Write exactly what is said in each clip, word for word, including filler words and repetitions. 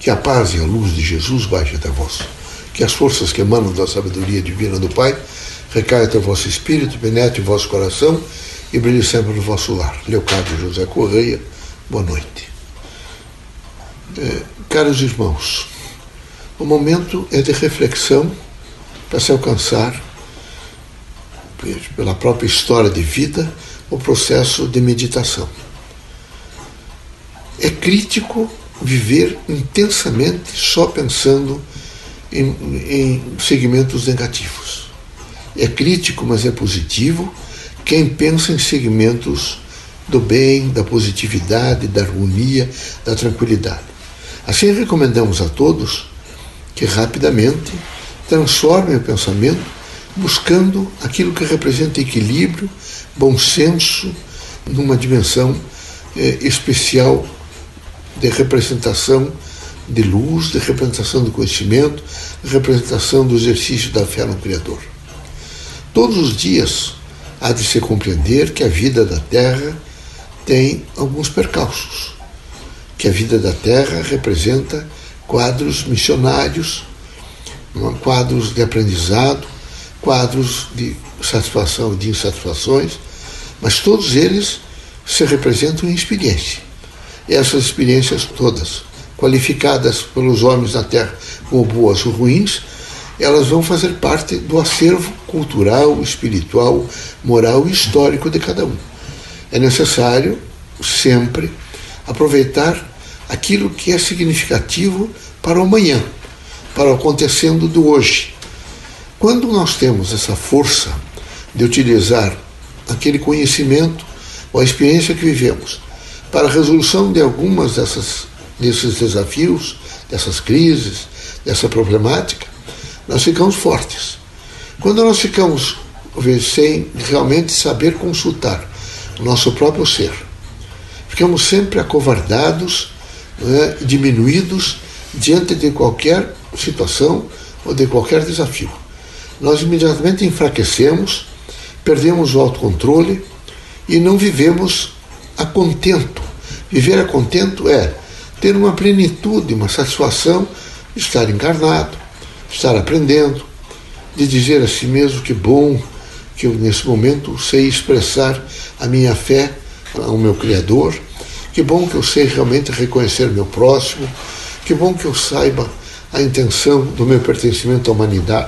Que a paz e a luz de Jesus baixe até vós. Que as forças que emanam da sabedoria divina do Pai recaiam até o vosso espírito, penetre o vosso coração e brilhe sempre no vosso lar. Leocádio José Correia, boa noite. É, caros irmãos, o momento é de reflexão para se alcançar, pela própria história de vida, o processo de meditação. É crítico viver intensamente só pensando em, em segmentos negativos. É crítico, mas é positivo, quem pensa em segmentos do bem, da positividade, da harmonia, da tranquilidade. Assim recomendamos a todos que rapidamente transformem o pensamento buscando aquilo que representa equilíbrio, bom senso, numa dimensão eh, especial de representação de luz, de representação do conhecimento, de representação do exercício da fé no Criador. Todos os dias há de se compreender que a vida da Terra tem alguns percalços, que a vida da Terra representa quadros missionários, quadros de aprendizado, quadros de satisfação e de insatisfações, mas todos eles se representam em experiência. Essas experiências todas, qualificadas pelos homens da Terra como boas ou ruins, elas vão fazer parte do acervo cultural, espiritual, moral e histórico de cada um. É necessário sempre aproveitar aquilo que é significativo para o amanhã, para o acontecendo do hoje. Quando nós temos essa força de utilizar aquele conhecimento ou a experiência que vivemos para a resolução de algumas dessas, desses desafios, dessas crises, dessa problemática, nós ficamos fortes. Quando nós ficamos sem realmente saber consultar o nosso próprio ser, ficamos sempre acovardados, né, diminuídos diante de qualquer situação ou de qualquer desafio. Nós imediatamente enfraquecemos, perdemos o autocontrole e não vivemos a contento. Viver a contento é ter uma plenitude, uma satisfação de estar encarnado, de estar aprendendo, de dizer a si mesmo que bom que eu nesse momento sei expressar a minha fé ao meu Criador, que bom que eu sei realmente reconhecer meu próximo, que bom que eu saiba a intenção do meu pertencimento à humanidade.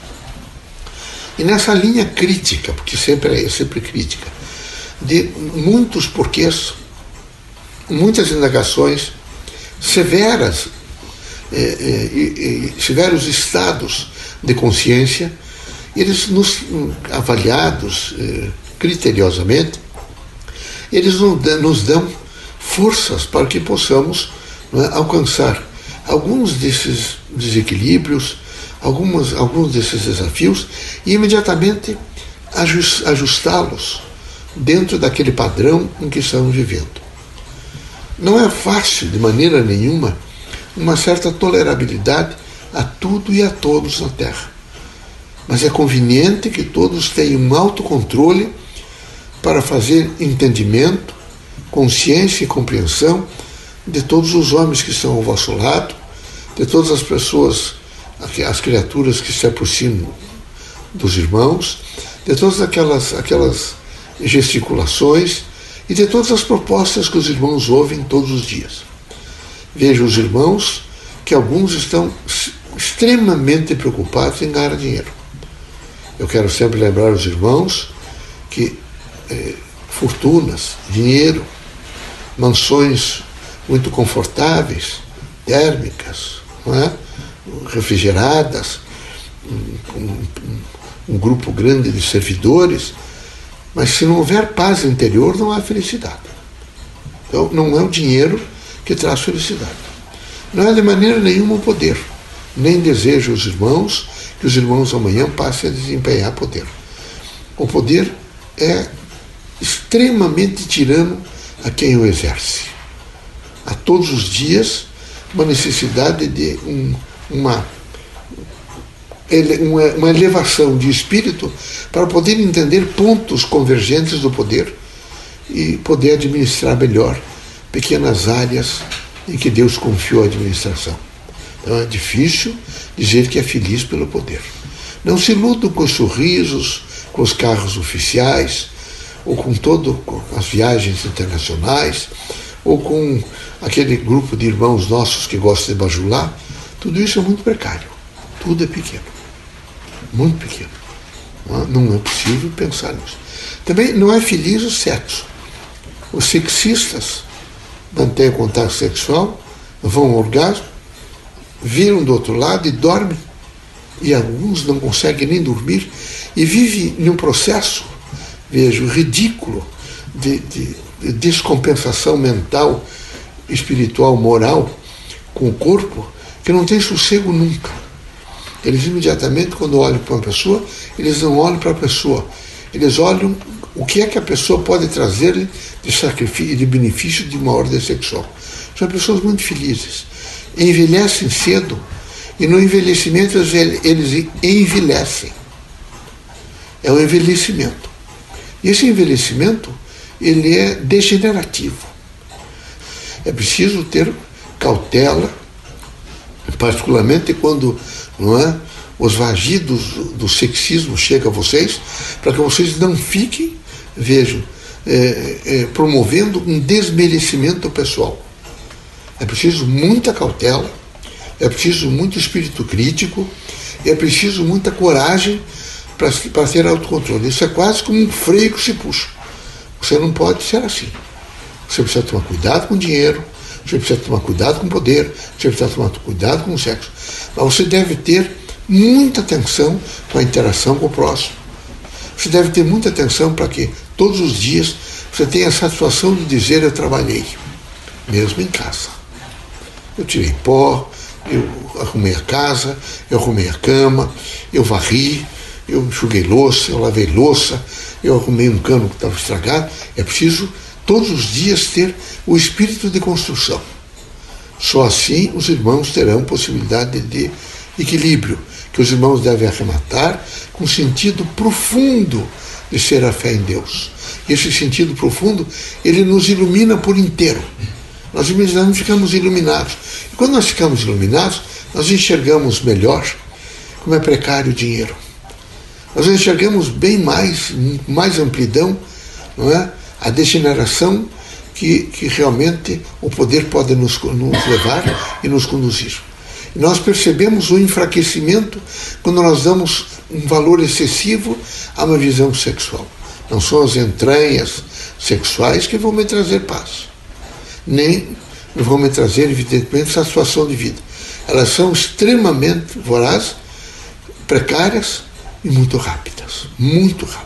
E nessa linha crítica, porque sempre é sempre crítica, de muitos porquês, muitas indagações severas, é, é, e, e severos estados de consciência, eles nos avaliados é, criteriosamente, eles nos dão forças para que possamos, não é, alcançar alguns desses desequilíbrios, algumas, alguns desses desafios e imediatamente ajustá-los dentro daquele padrão em que estamos vivendo. Não é fácil, de maneira nenhuma, uma certa tolerabilidade a tudo e a todos na Terra. Mas é conveniente que todos tenham um autocontrole para fazer entendimento, consciência e compreensão de todos os homens que estão ao vosso lado, de todas as pessoas, as criaturas que se aproximam dos irmãos, de todas aquelas, aquelas gesticulações e de todas as propostas que os irmãos ouvem todos os dias. Vejo os irmãos que alguns estão extremamente preocupados em ganhar dinheiro. Eu quero sempre lembrar os irmãos que eh, fortunas, dinheiro, mansões muito confortáveis, térmicas, não é? Refrigeradas, um, um, um grupo grande de servidores, mas se não houver paz interior, não há felicidade. Então, não é o dinheiro que traz felicidade. Não é de maneira nenhuma o poder. Nem desejo os irmãos que os irmãos amanhã passem a desempenhar poder. O poder é extremamente tirano a quem o exerce. Há todos os dias uma necessidade de um, uma, uma elevação de espírito para poder entender pontos convergentes do poder e poder administrar melhor pequenas áreas em que Deus confiou a administração. Então é difícil dizer que é feliz pelo poder. Não se iludam com os sorrisos, com os carros oficiais, ou com todo, com as viagens internacionais, ou com aquele grupo de irmãos nossos que gostam de bajular. Tudo isso é muito precário. Tudo é pequeno. Muito pequeno. Não é possível pensar nisso. Também não é feliz o sexo. Os sexistas mantêm contato sexual, vão ao orgasmo, viram do outro lado e dormem. E alguns não conseguem nem dormir e vivem em um processo, vejo, ridículo de, de, de descompensação mental, espiritual, moral com o corpo, que não tem sossego nunca. Eles imediatamente, quando olham para uma pessoa, eles não olham para a pessoa. Eles olham o que é que a pessoa pode trazer de sacrifício e de benefício de uma ordem sexual. São pessoas muito felizes. Envelhecem cedo e no envelhecimento eles envelhecem. É o envelhecimento. E esse envelhecimento, ele é degenerativo. É preciso ter cautela, particularmente quando, não é, os vagidos do sexismo chegam a vocês, para que vocês não fiquem, vejam, é, é, promovendo um desmerecimento pessoal. É preciso muita cautela, é preciso muito espírito crítico, é preciso muita coragem para ter autocontrole. Isso é quase como um freio que se puxa. Você não pode ser assim. Você precisa tomar cuidado com o dinheiro, você precisa tomar cuidado com o poder, você precisa tomar cuidado com o sexo. Mas você deve ter muita atenção com a interação com o próximo. Você deve ter muita atenção para que todos os dias você tenha a satisfação de dizer: eu trabalhei, mesmo em casa. Eu tirei pó, eu arrumei a casa, eu arrumei a cama, eu varri, eu enxuguei louça, eu lavei louça, eu arrumei um cano que estava estragado. É preciso todos os dias ter o espírito de construção. Só assim os irmãos terão possibilidade de equilíbrio, que os irmãos devem arrematar com sentido profundo de ser a fé em Deus. E esse sentido profundo, ele nos ilumina por inteiro. Nós imediatamente ficamos iluminados. E quando nós ficamos iluminados, nós enxergamos melhor como é precário o dinheiro. Nós enxergamos bem mais, mais amplidão, não é? A degeneração que, que realmente o poder pode nos, nos levar e nos conduzir. E nós percebemos o enfraquecimento quando nós damos um valor excessivo a uma visão sexual. Não são as entranhas sexuais que vão me trazer paz, nem vão me trazer, evidentemente, satisfação de vida. Elas são extremamente vorazes, precárias e muito rápidas, muito rápidas.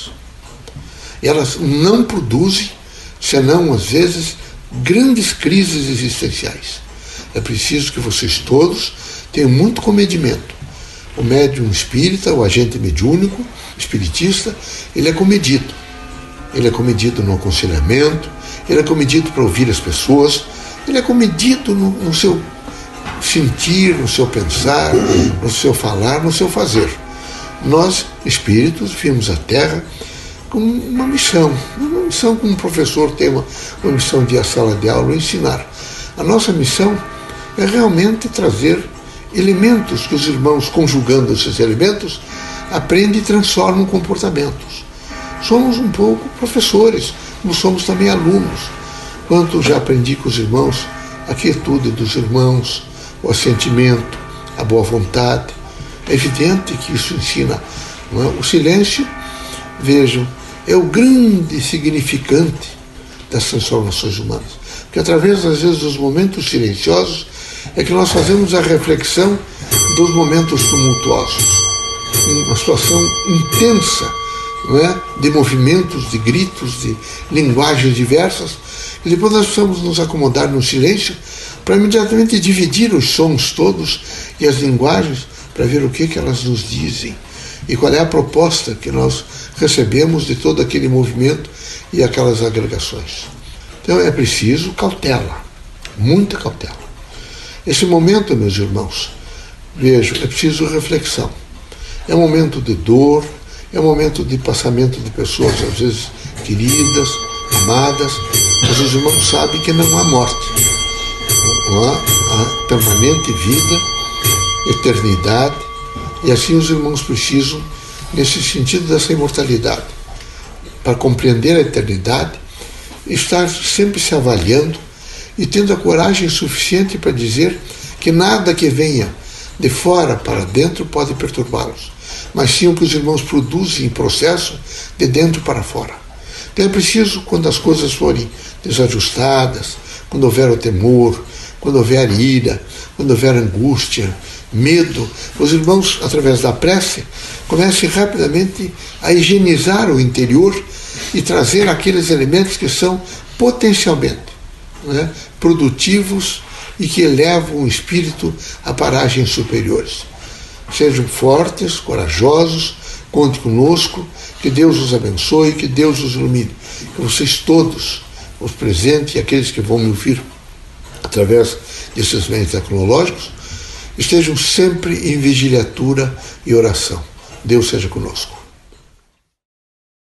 Elas não produzem, senão, às vezes, grandes crises existenciais. É preciso que vocês todos tenham muito comedimento. O médium espírita, o agente mediúnico, espiritista, ele é comedido. Ele é comedido no aconselhamento, ele é comedido para ouvir as pessoas, ele é comedido no, no seu sentir, no seu pensar, no seu falar, no seu fazer. Nós, espíritos, viemos à Terra com uma missão, uma missão como um professor tem uma, uma missão de ir à sala de aula e ensinar. A nossa missão é realmente trazer elementos que os irmãos, conjugando esses elementos, aprendem e transformam comportamentos. Somos um pouco professores, como somos também alunos. Quanto já aprendi com os irmãos, a quietude dos irmãos, o assentimento, a boa vontade. É evidente que isso ensina, não é? O silêncio, vejam, é o grande significante das transformações humanas. Porque através, às vezes, dos momentos silenciosos é que nós fazemos a reflexão dos momentos tumultuosos. Uma situação intensa, não é? De movimentos, de gritos, de linguagens diversas. E depois nós precisamos nos acomodar no silêncio para imediatamente dividir os sons todos e as linguagens para ver o que, que elas nos dizem e qual é a proposta que nós recebemos de todo aquele movimento e aquelas agregações. Então é preciso cautela, muita cautela. Esse momento, meus irmãos, vejo, é preciso reflexão. É um momento de dor, é um momento de passamento de pessoas, às vezes, queridas, amadas, mas os irmãos sabem que não há morte. com a, a permanente vida, eternidade, e assim os irmãos precisam, nesse sentido dessa imortalidade, para compreender a eternidade, estar sempre se avaliando e tendo a coragem suficiente para dizer que nada que venha de fora para dentro pode perturbá-los, mas sim o que os irmãos produzem em processo de dentro para fora. Então é preciso, quando as coisas forem desajustadas, quando houver o temor, quando houver ira, quando houver angústia, medo, os irmãos, através da prece, comecem rapidamente a higienizar o interior e trazer aqueles elementos que são potencialmente, né, produtivos e que elevam o espírito a paragens superiores. Sejam fortes, corajosos, conte conosco, que Deus os abençoe, que Deus os ilumine. Que vocês todos, os presentes e aqueles que vão me ouvir através desses meios tecnológicos, estejam sempre em vigiliatura e oração. Deus seja conosco.